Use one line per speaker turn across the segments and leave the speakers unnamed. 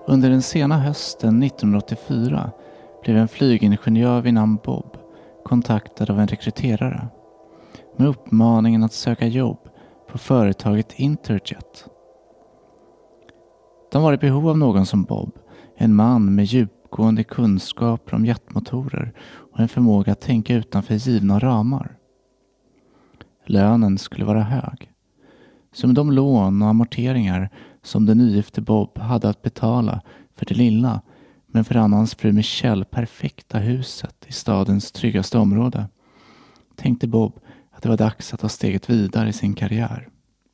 Under den sena hösten 1984 blev en flygingenjör vid namn Bob kontaktad av en rekryterare med uppmaningen att söka jobb på företaget Interjet. De var i behov av någon som Bob, en man med djupgående kunskaper om jetmotorer och en förmåga att tänka utanför givna ramar. Lönen skulle vara hög. Som de lån och amorteringar som den nygifte Bob hade att betala för det lilla, men för annans fru Michelle perfekta huset i stadens tryggaste område, tänkte Bob att det var dags att ta steget vidare i sin karriär.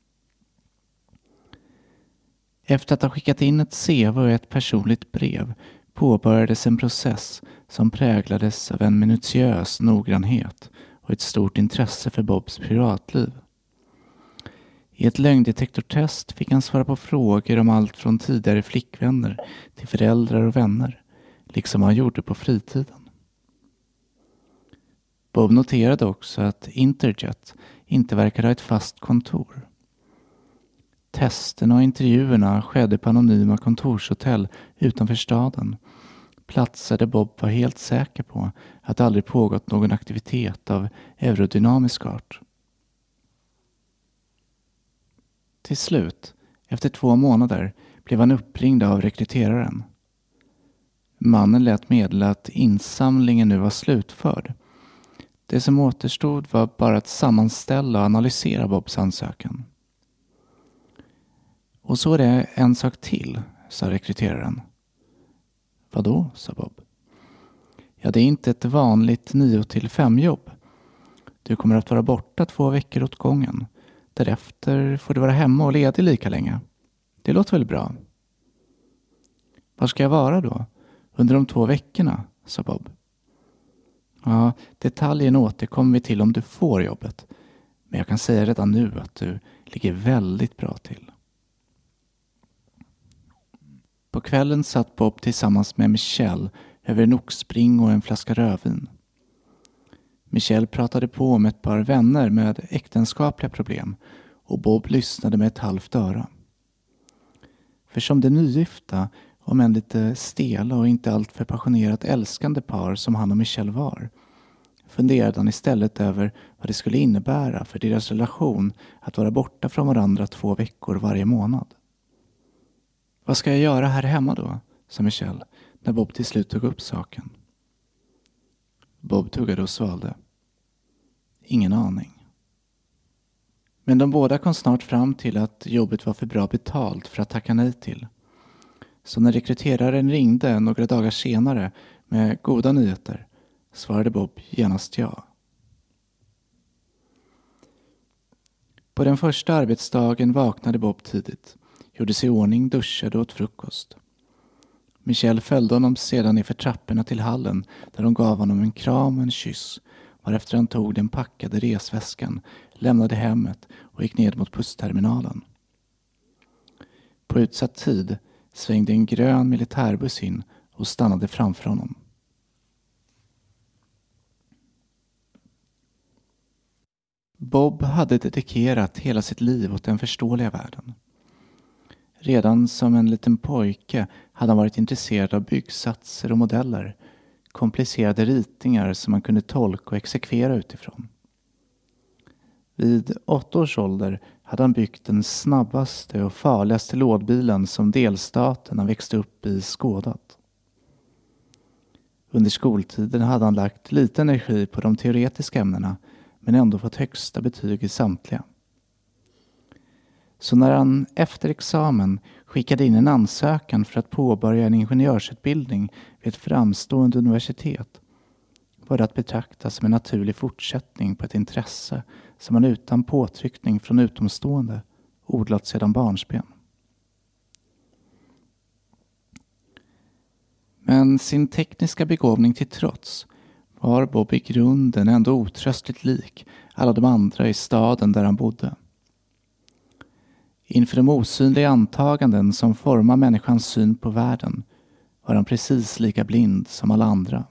Efter att ha skickat in ett CV och ett personligt brev påbörjades en process som präglades av en minutiös noggrannhet och ett stort intresse för Bobs privatliv. I ett lögndetektortest fick han svara på frågor om allt från tidigare flickvänner till föräldrar och vänner, liksom han gjorde på fritiden. Bob noterade också att Interjet inte verkade ha ett fast kontor. Testerna och intervjuerna skedde på anonyma kontorshotell utanför staden. Platser där Bob var helt säker på att det aldrig pågått någon aktivitet av eurodynamisk art. Till slut, efter 2 månader, blev han uppringd av rekryteraren. Mannen lät meddela att insamlingen nu var slutförd. Det som återstod var bara att sammanställa och analysera Bobs ansökan. Och så är det en sak till, sa rekryteraren. Vadå, sa Bob. Ja, det är inte ett vanligt 9-5 jobb. Du kommer att vara borta 2 veckor åt gången. Därefter får du vara hemma och ledig lika länge. Det låter väl bra? Var ska jag vara då? Under de 2 veckorna, sa Bob. Ja, detaljen återkommer vi till om du får jobbet. Men jag kan säga redan nu att du ligger väldigt bra till. På kvällen satt Bob tillsammans med Michelle över en oxspring och en flaska rödvin. Michelle pratade på om ett par vänner med äktenskapliga problem och Bob lyssnade med ett halvt öra. För som det nygifta, om än lite stela och inte alltför passionerat älskande par som han och Michelle var, funderade han istället över vad det skulle innebära för deras relation att vara borta från varandra 2 veckor varje månad. Vad ska jag göra här hemma då? Sa Michelle när Bob till slut tog upp saken. Bob tuggade och svalde. Ingen aning. Men de båda kom snart fram till att jobbet var för bra betalt för att tacka nej till. Så när rekryteraren ringde några dagar senare med goda nyheter svarade Bob genast ja. På den första arbetsdagen vaknade Bob tidigt, gjorde sig i ordning, duschade och åt frukost. Michelle följde honom sedan ner för trapporna till hallen där de gav honom en kram och en kyss, varefter han tog den packade resväskan, lämnade hemmet och gick ned mot bussterminalen. På utsatt tid svängde en grön militärbuss in och stannade framför honom. Bob hade dedikerat hela sitt liv åt den förståeliga världen. Redan som en liten pojke hade han varit intresserad av byggsatser och modeller, komplicerade ritningar som man kunde tolka och exekvera utifrån. Vid 8 års ålder hade han byggt den snabbaste och farligaste lådbilen som delstaten han växte upp i skådat. Under skoltiden hade han lagt lite energi på de teoretiska ämnena men ändå fått högsta betyg i samtliga. Så när han efter examen skickade in en ansökan för att påbörja en ingenjörsutbildning vid ett framstående universitet var det att betrakta som en naturlig fortsättning på ett intresse som han utan påtryckning från utomstående odlat sedan barnsben. Men sin tekniska begåvning till trots var Bob i grunden ändå otröstligt lik alla de andra i staden där han bodde. Inför de osynliga antaganden som formar människans syn på världen var han precis lika blind som alla andra.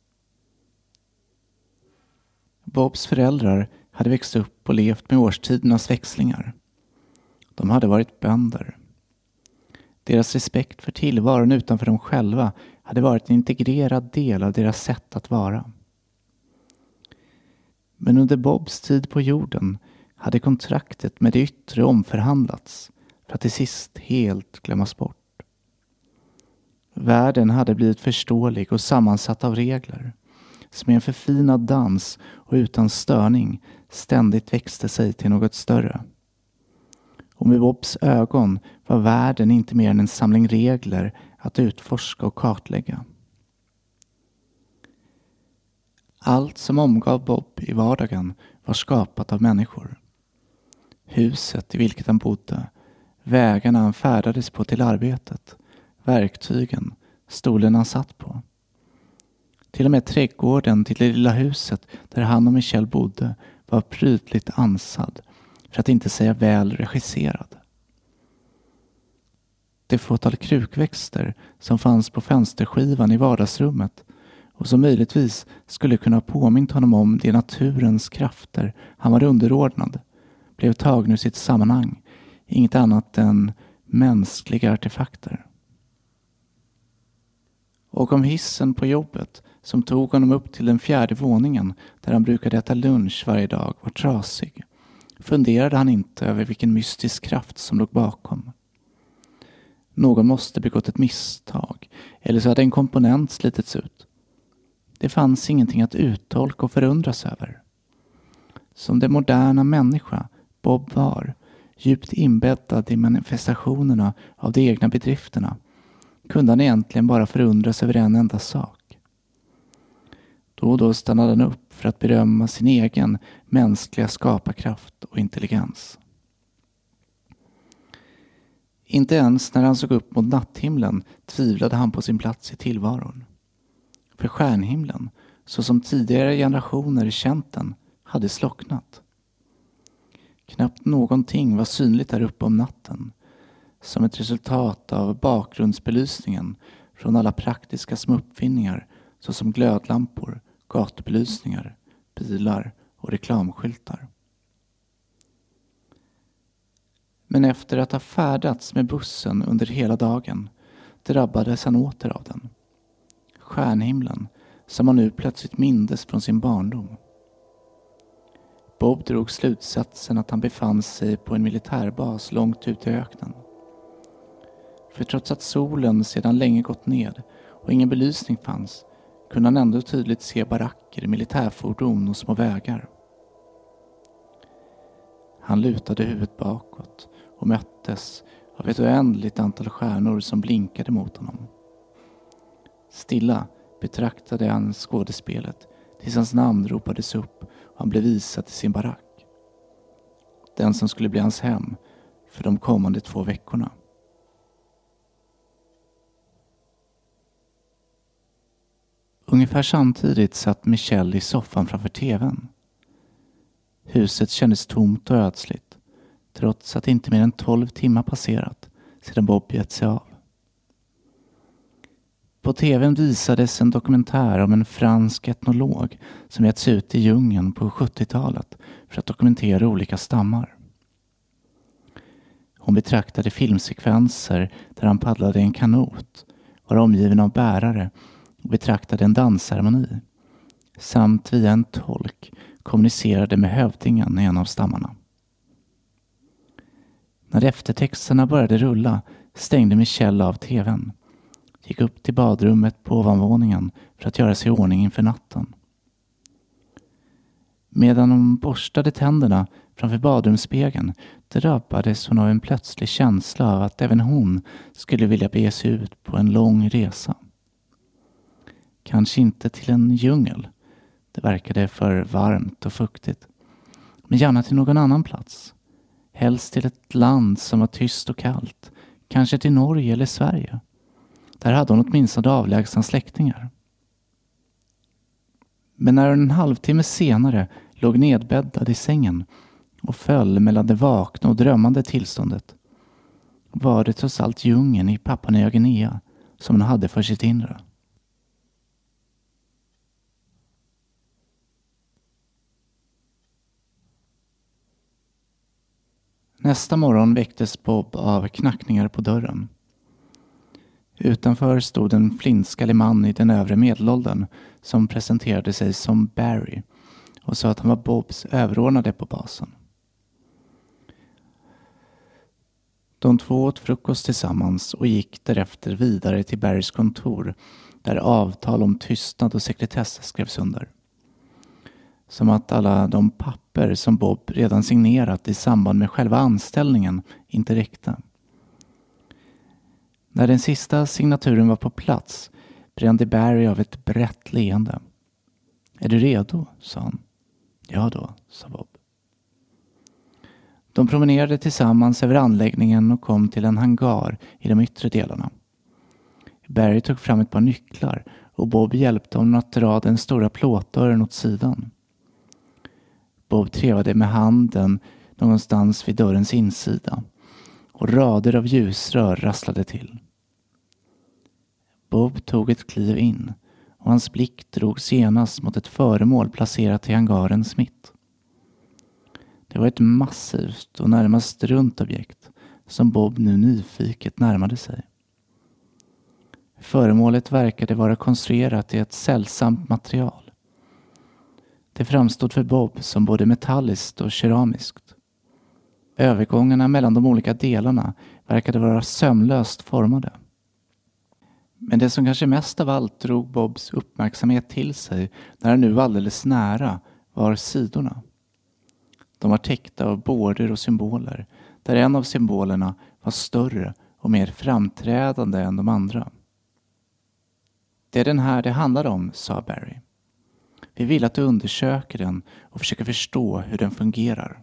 Bobs föräldrar hade växt upp och levt med årstidernas växlingar. De hade varit bönder. Deras respekt för tillvaron utanför dem själva hade varit en integrerad del av deras sätt att vara. Men under Bobs tid på jorden hade kontraktet med det yttre omförhandlats för att till sist helt glömmas bort. Världen hade blivit förståelig och sammansatt av regler som i en förfinad dans och utan störning ständigt växte sig till något större. Och med Bobs ögon var världen inte mer än en samling regler att utforska och kartlägga. Allt som omgav Bob i vardagen var skapat av människor. Huset i vilket han bodde, vägarna han färdades på till arbetet, verktygen, stolen han satt på. Till och med trädgården till det lilla huset där han och Michelle bodde var prydligt ansad, för att inte säga väl regisserad. Det fåtal krukväxter som fanns på fönsterskivan i vardagsrummet och som möjligtvis skulle kunna ha påmint honom om de naturens krafter han var underordnad, blev tagna ur sitt sammanhang, inget annat än mänskliga artefakter. Och om hissen på jobbet som tog honom upp till den 4:e våningen där han brukade äta lunch varje dag var trasig, funderade han inte över vilken mystisk kraft som låg bakom. Någon måste begått ett misstag, eller så hade en komponent slitits ut. Det fanns ingenting att uttolka och förundras över. Som den moderna människa Bob var, djupt inbäddad i manifestationerna av de egna bedrifterna, kunde han egentligen bara förundras över en enda sak. Då och då stannade han upp för att berömma sin egen mänskliga skaparkraft och intelligens. Inte ens när han såg upp mot natthimlen tvivlade han på sin plats i tillvaron. För stjärnhimlen, så som tidigare generationer känt den, hade slocknat. Knappt någonting var synligt där uppe om natten, som ett resultat av bakgrundsbelysningen från alla praktiska små uppfinningar såsom glödlampor, gatubelysningar, bilar och reklamskyltar. Men efter att ha färdats med bussen under hela dagen drabbades han åter av den. Stjärnhimlen som han nu plötsligt mindes från sin barndom. Bob drog slutsatsen att han befann sig på en militärbas långt ute i öknen. För trots att solen sedan länge gått ned och ingen belysning fanns, kunde han ändå tydligt se baracker, militärfordon och små vägar. Han lutade huvudet bakåt och möttes av ett oändligt antal stjärnor som blinkade mot honom. Stilla betraktade han skådespelet tills hans namn ropades upp och han blev visad till sin barack. Den som skulle bli hans hem för de kommande 2 veckorna. Ungefär samtidigt satt Michelle i soffan framför tvn. Huset kändes tomt och ödsligt, trots att inte mer än 12 timmar passerat sedan Bob gett sig av. På tvn visades en dokumentär om en fransk etnolog som gett sig ut i djungeln på 70-talet för att dokumentera olika stammar. Hon betraktade filmsekvenser där han paddlade en kanot, var omgiven av bärare och betraktade en dansceremoni, samt via en tolk kommunicerade med hövdingen i en av stammarna. När eftertexterna började rulla stängde Michelle av tvn, gick upp till badrummet på ovanvåningen för att göra sig i ordning inför natten. Medan hon borstade tänderna framför badrumsspegeln drabbades hon av en plötslig känsla av att även hon skulle vilja bege sig ut på en lång resa. Kanske inte till en djungel, det verkade för varmt och fuktigt, men gärna till någon annan plats. Helst till ett land som var tyst och kallt, kanske till Norge eller Sverige. Där hade hon åtminstone avlägsna släktingar. Men när hon en halvtimme senare låg nedbäddad i sängen och föll mellan det vakna och drömmande tillståndet, var det trots allt djungeln i Papua Nya Guinea som hon hade för sitt inre. Nästa morgon väcktes Bob av knackningar på dörren. Utanför stod en flintskallig man i den övre medelåldern som presenterade sig som Barry och sa att han var Bobs överordnade på basen. De två åt frukost tillsammans och gick därefter vidare till Barrys kontor där avtal om tystnad och sekretess skrevs under. Som att alla de papper som Bob redan signerat i samband med själva anställningen inte räckte. När den sista signaturen var på plats brände Barry av ett brett leende. Är du redo? Sa han. Ja då, sa Bob. De promenerade tillsammans över anläggningen och kom till en hangar i de yttre delarna. Barry tog fram ett par nycklar och Bob hjälpte honom att dra den stora plåtdörren åt sidan. Bob trevade med handen någonstans vid dörrens insida och rader av ljusrör rasslade till. Bob tog ett kliv in och hans blick drogs genast mot ett föremål placerat i hangarens mitt. Det var ett massivt och närmast runt objekt som Bob nu nyfiket närmade sig. Föremålet verkade vara konstruerat i ett sällsamt material. Det framstod för Bob som både metalliskt och keramiskt. Övergångarna mellan de olika delarna verkade vara sömlöst formade. Men det som kanske mest av allt drog Bobs uppmärksamhet till sig när han nu var alldeles nära var sidorna. De var täckta av border och symboler, där en av symbolerna var större och mer framträdande än de andra. Det är den här det handlar om, sa Barry. Vi vill att du undersöker den och försöker förstå hur den fungerar.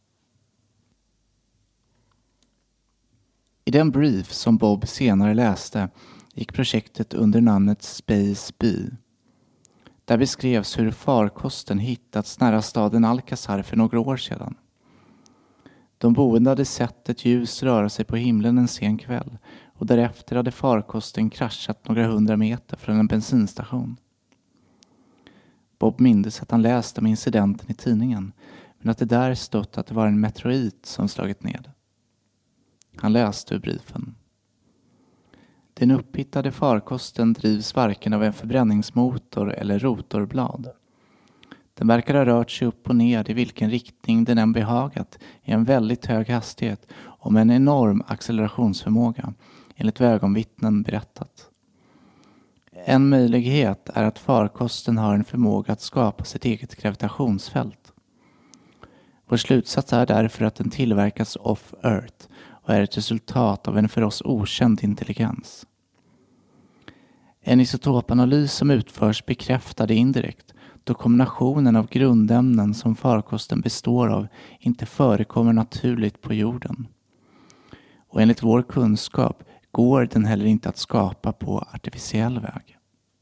I den brief som Bob senare läste gick projektet under namnet Space B. Där beskrevs hur farkosten hittats nära staden Alcazar för några år sedan. De boende hade sett ett ljus röra sig på himlen en sen kväll och därefter hade farkosten kraschat några 100 meter från en bensinstation. Bob mindes att han läst om incidenten i tidningen, men att det där stått att det var en meteorit som slagit ned. Han läste ur briefen. Den upphittade farkosten drivs varken av en förbränningsmotor eller rotorblad. Den verkar ha rört sig upp och ner i vilken riktning den än behagat i en väldigt hög hastighet och med en enorm accelerationsförmåga, enligt ögonvittnen berättat. En möjlighet är att farkosten har en förmåga att skapa sitt eget gravitationsfält. Vår slutsats är därför att den tillverkas off-Earth och är ett resultat av en för oss okänd intelligens. En isotopanalys som utförs bekräftar det indirekt, då kombinationen av grundämnen som farkosten består av inte förekommer naturligt på jorden. Och enligt vår kunskap går den heller inte att skapa på artificiell väg.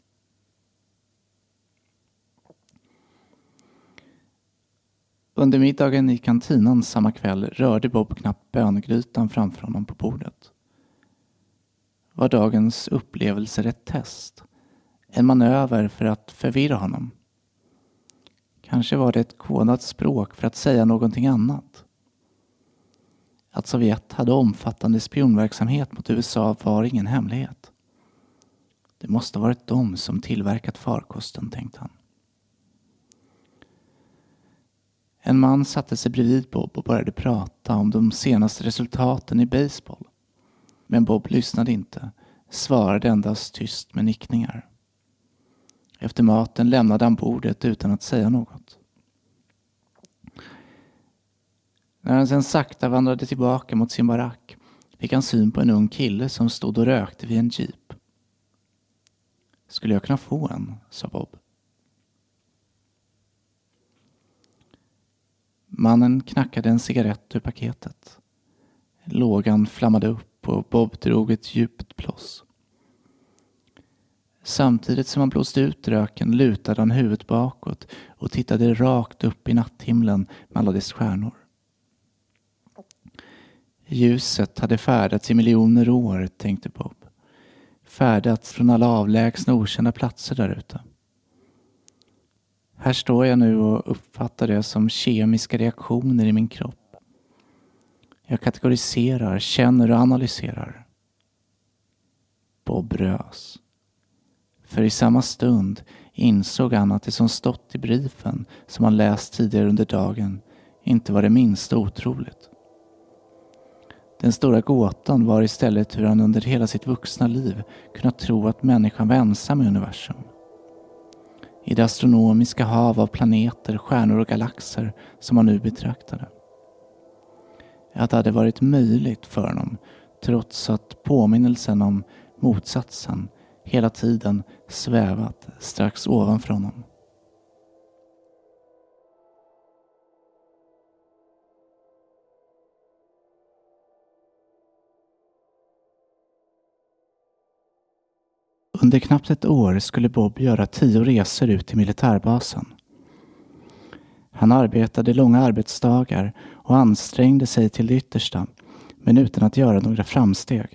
Under middagen i kantinan samma kväll rörde Bob knappt böngrytan framför honom på bordet. Var dagens upplevelser ett test? En manöver för att förvirra honom? Kanske var det ett kodat språk för att säga någonting annat. Att Sovjet hade omfattande spionverksamhet mot USA var ingen hemlighet. Det måste ha varit de som tillverkat farkosten, tänkte han. En man satte sig bredvid Bob och började prata om de senaste resultaten i baseball. Men Bob lyssnade inte, svarade endast tyst med nickningar. Efter maten lämnade han bordet utan att säga något. När han sen sakta vandrade tillbaka mot sin barack fick han syn på en ung kille som stod och rökte vid en jeep. Skulle jag kunna få en, sa Bob. Mannen knackade en cigarett ur paketet. Lågan flammade upp och Bob drog ett djupt blås. Samtidigt som han blåste ut röken lutade han huvudet bakåt och tittade rakt upp i natthimlen med alla dess stjärnor. Ljuset hade färdats i miljoner år, tänkte Bob. Färdats från alla avlägsna okända platser där ute. Här står jag nu och uppfattar det som kemiska reaktioner i min kropp. Jag kategoriserar, känner och analyserar. Bob rös. För i samma stund insåg han att det som stått i briefen som han läst tidigare under dagen inte var det minsta otroligt. Den stora gåtan var istället hur han under hela sitt vuxna liv kunnat tro att människan var ensam i universum. I det astronomiska hav av planeter, stjärnor och galaxer som han nu betraktade. Att det hade varit möjligt för honom, trots att påminnelsen om motsatsen hela tiden svävat strax ovanför honom. Under knappt ett år skulle Bob göra 10 resor ut till militärbasen. Han arbetade långa arbetsdagar och ansträngde sig till det yttersta, men utan att göra några framsteg.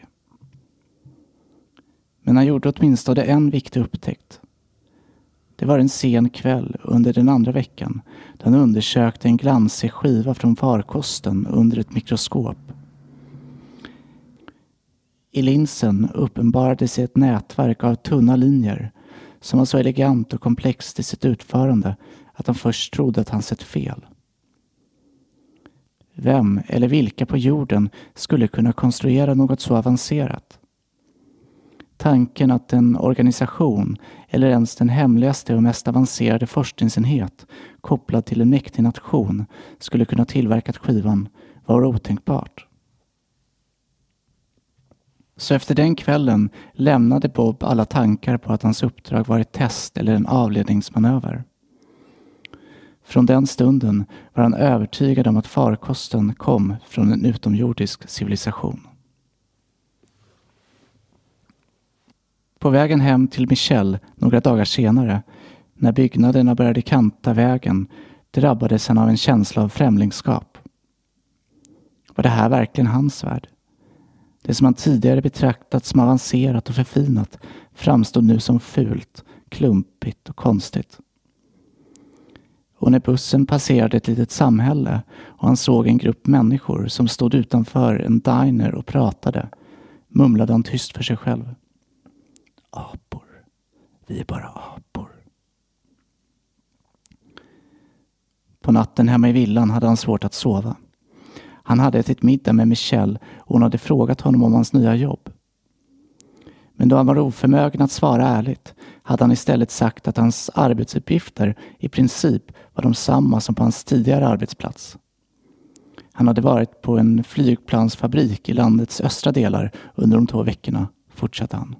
Men han gjorde åtminstone en viktig upptäckt. Det var en sen kväll under den andra veckan då han undersökte en glansig skiva från farkosten under ett mikroskop. I linsen uppenbarade sig ett nätverk av tunna linjer som var så elegant och komplext i sitt utförande att han först trodde att han sett fel. Vem eller vilka på jorden skulle kunna konstruera något så avancerat? Tanken att en organisation eller ens den hemligaste och mest avancerade forskningsenhet kopplad till en mäktig nation skulle kunna tillverka skivan var otänkbart. Så efter den kvällen lämnade Bob alla tankar på att hans uppdrag var ett test eller en avledningsmanöver. Från den stunden var han övertygad om att farkosten kom från en utomjordisk civilisation. På vägen hem till Michelle några dagar senare, när byggnaderna började kanta vägen, drabbades han av en känsla av främlingskap. Var det här verkligen hans värld? Det som han tidigare betraktat som avancerat och förfinat framstod nu som fult, klumpigt och konstigt. Och när bussen passerade ett litet samhälle och han såg en grupp människor som stod utanför en diner och pratade, mumlade han tyst för sig själv. Apor. Vi är bara apor. På natten hemma i villan hade han svårt att sova. Han hade ätit middag med Michelle och hon hade frågat honom om hans nya jobb. Men då han var oförmögen att svara ärligt hade han istället sagt att hans arbetsuppgifter i princip var de samma som på hans tidigare arbetsplats. Han hade varit på en flygplansfabrik i landets östra delar under de 2 veckorna, fortsatte han.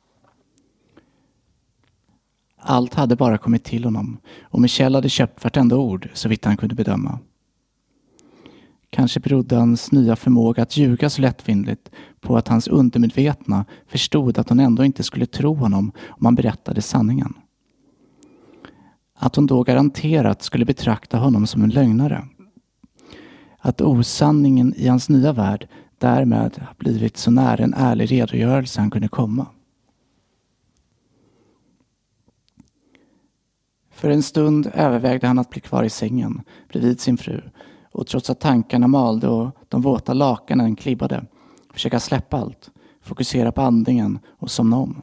Allt hade bara kommit till honom och Michelle hade köpt vartenda ord så vitt han kunde bedöma. Kanske berodde hans nya förmåga att ljuga så lättvindigt på att hans undermedvetna förstod att hon ändå inte skulle tro honom om han berättade sanningen. Att hon då garanterat skulle betrakta honom som en lögnare. Att osanningen i hans nya värld därmed blivit så nära en ärlig redogörelse han kunde komma. För en stund övervägde han att bli kvar i sängen bredvid sin fru och trots att tankarna malde och de våta lakanen klibbade, försöka släppa allt, fokusera på andningen och somna om.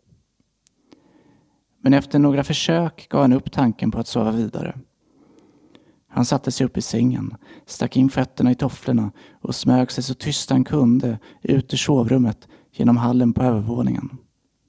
Men efter några försök gav han upp tanken på att sova vidare. Han satte sig upp i sängen, stack in fötterna i tofflorna och smög sig så tyst han kunde ut ur sovrummet genom hallen på övervåningen.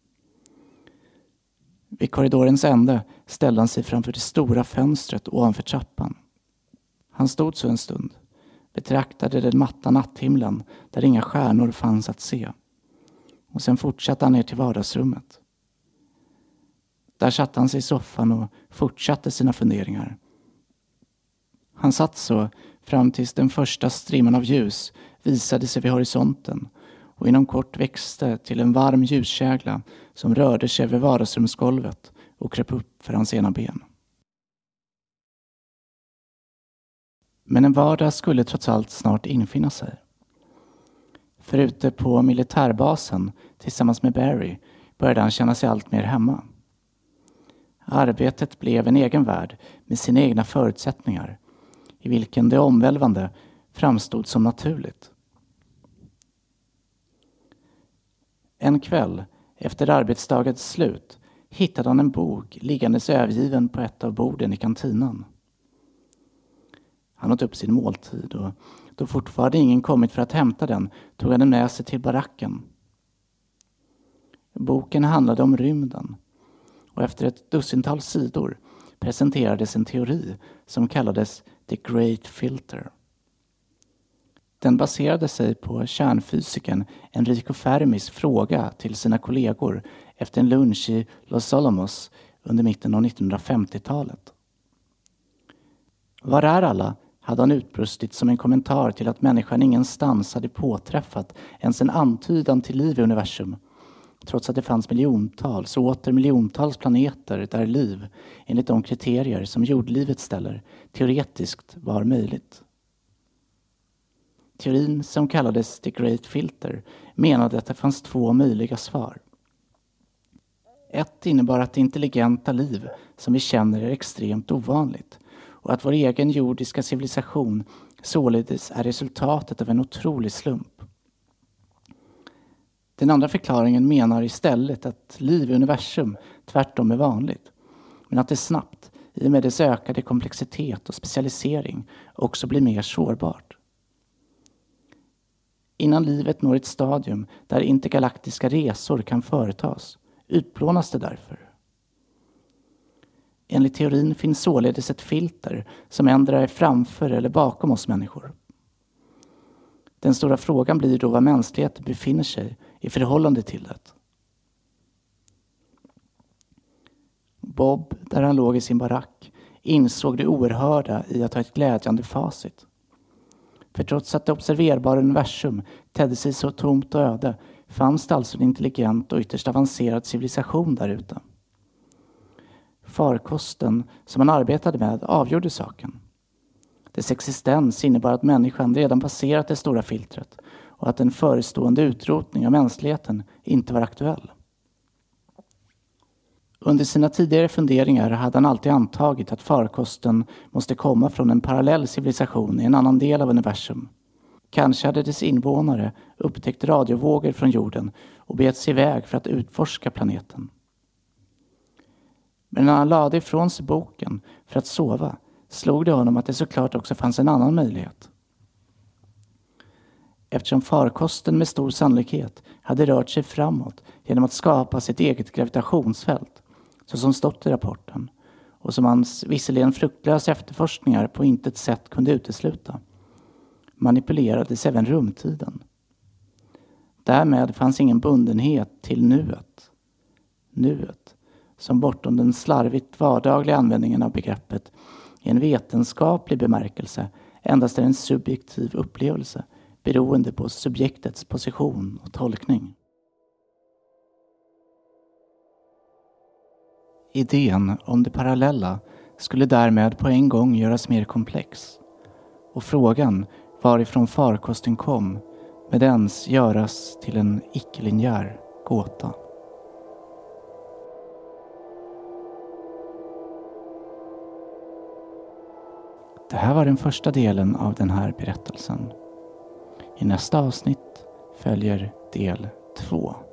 Vid korridorens ände ställde han sig framför det stora fönstret ovanför trappan. Han stod så en stund, betraktade den matta natthimlen där inga stjärnor fanns att se. Och sen fortsatte han ner till vardagsrummet. Där satte han sig i soffan och fortsatte sina funderingar. Han satt så fram tills den första strimman av ljus visade sig vid horisonten och inom kort växte till en varm ljuskägla som rörde sig över vardagsrumsgolvet och kröp upp för hans ena ben. Men en vardag skulle trots allt snart infinna sig. För ute på militärbasen tillsammans med Barry började han känna sig allt mer hemma. Arbetet blev en egen värld med sina egna förutsättningar, i vilken det omvälvande framstod som naturligt. En kväll, Efter arbetsdagens slut hittade han en bok liggandes övergiven på ett av borden i kantinen. Han åt upp sin måltid och då fortfarande ingen kommit för att hämta den tog han den med sig till baracken. Boken handlade om rymden och efter ett dussintal sidor presenterades en teori som kallades The Great Filter. Den baserade sig på kärnfysikern Enrico Fermis fråga till sina kollegor efter en lunch i Los Alamos under mitten av 1950-talet. Var är alla? Hade han utbrustit som en kommentar till att människan ingenstans hade påträffat ens en antydan till liv i universum, trots att det fanns miljontals och åter miljontals planeter där liv, enligt de kriterier som jordlivet ställer, teoretiskt var möjligt. Teorin, som kallades The Great Filter, menade att det fanns två möjliga svar. Ett innebar att det intelligenta liv som vi känner är extremt ovanligt och att vår egen jordiska civilisation således är resultatet av en otrolig slump. Den andra förklaringen menar istället att liv i universum tvärtom är vanligt, men att det snabbt, i och med dess ökade komplexitet och specialisering, också blir mer sårbart. Innan livet når ett stadium där intergalaktiska resor kan företas, utplånas det därför. Enligt teorin finns således ett filter som ändrar framför eller bakom oss människor. Den stora frågan blir då var mänskligheten befinner sig i förhållande till det. Bob, där han låg i sin barack, insåg det oerhörda i att ha ett glädjande facit. För trots att det observerbara universum tedde sig så tomt och öde fanns det alltså en intelligent och ytterst avancerad civilisation där ute. Farkosten som han arbetade med avgjorde saken. Dess existens innebar att människan redan passerat det stora filtret och att en förestående utrotning av mänskligheten inte var aktuell. Under sina tidigare funderingar hade han alltid antagit att farkosten måste komma från en parallell civilisation i en annan del av universum. Kanske hade dess invånare upptäckt radiovågor från jorden och begett sig iväg för att utforska planeten. Men när han lade ifrån sig boken för att sova slog det honom att det såklart också fanns en annan möjlighet. Eftersom farkosten med stor sannolikhet hade rört sig framåt genom att skapa sitt eget gravitationsfält, så som stått i rapporten, och som hans visserligen fruktlösa efterforskningar på intet sätt kunde utesluta, manipulerades även rumtiden. Därmed fanns ingen bundenhet till nuet. Nuet, som bortom den slarvigt vardagliga användningen av begreppet i en vetenskaplig bemärkelse endast är en subjektiv upplevelse beroende på subjektets position och tolkning. Idén om det parallella skulle därmed på en gång göras mer komplex och frågan varifrån farkosten kom med ens göras till en icke-linjär gåta. Det här var den första delen av den här berättelsen. I nästa avsnitt följer del 2.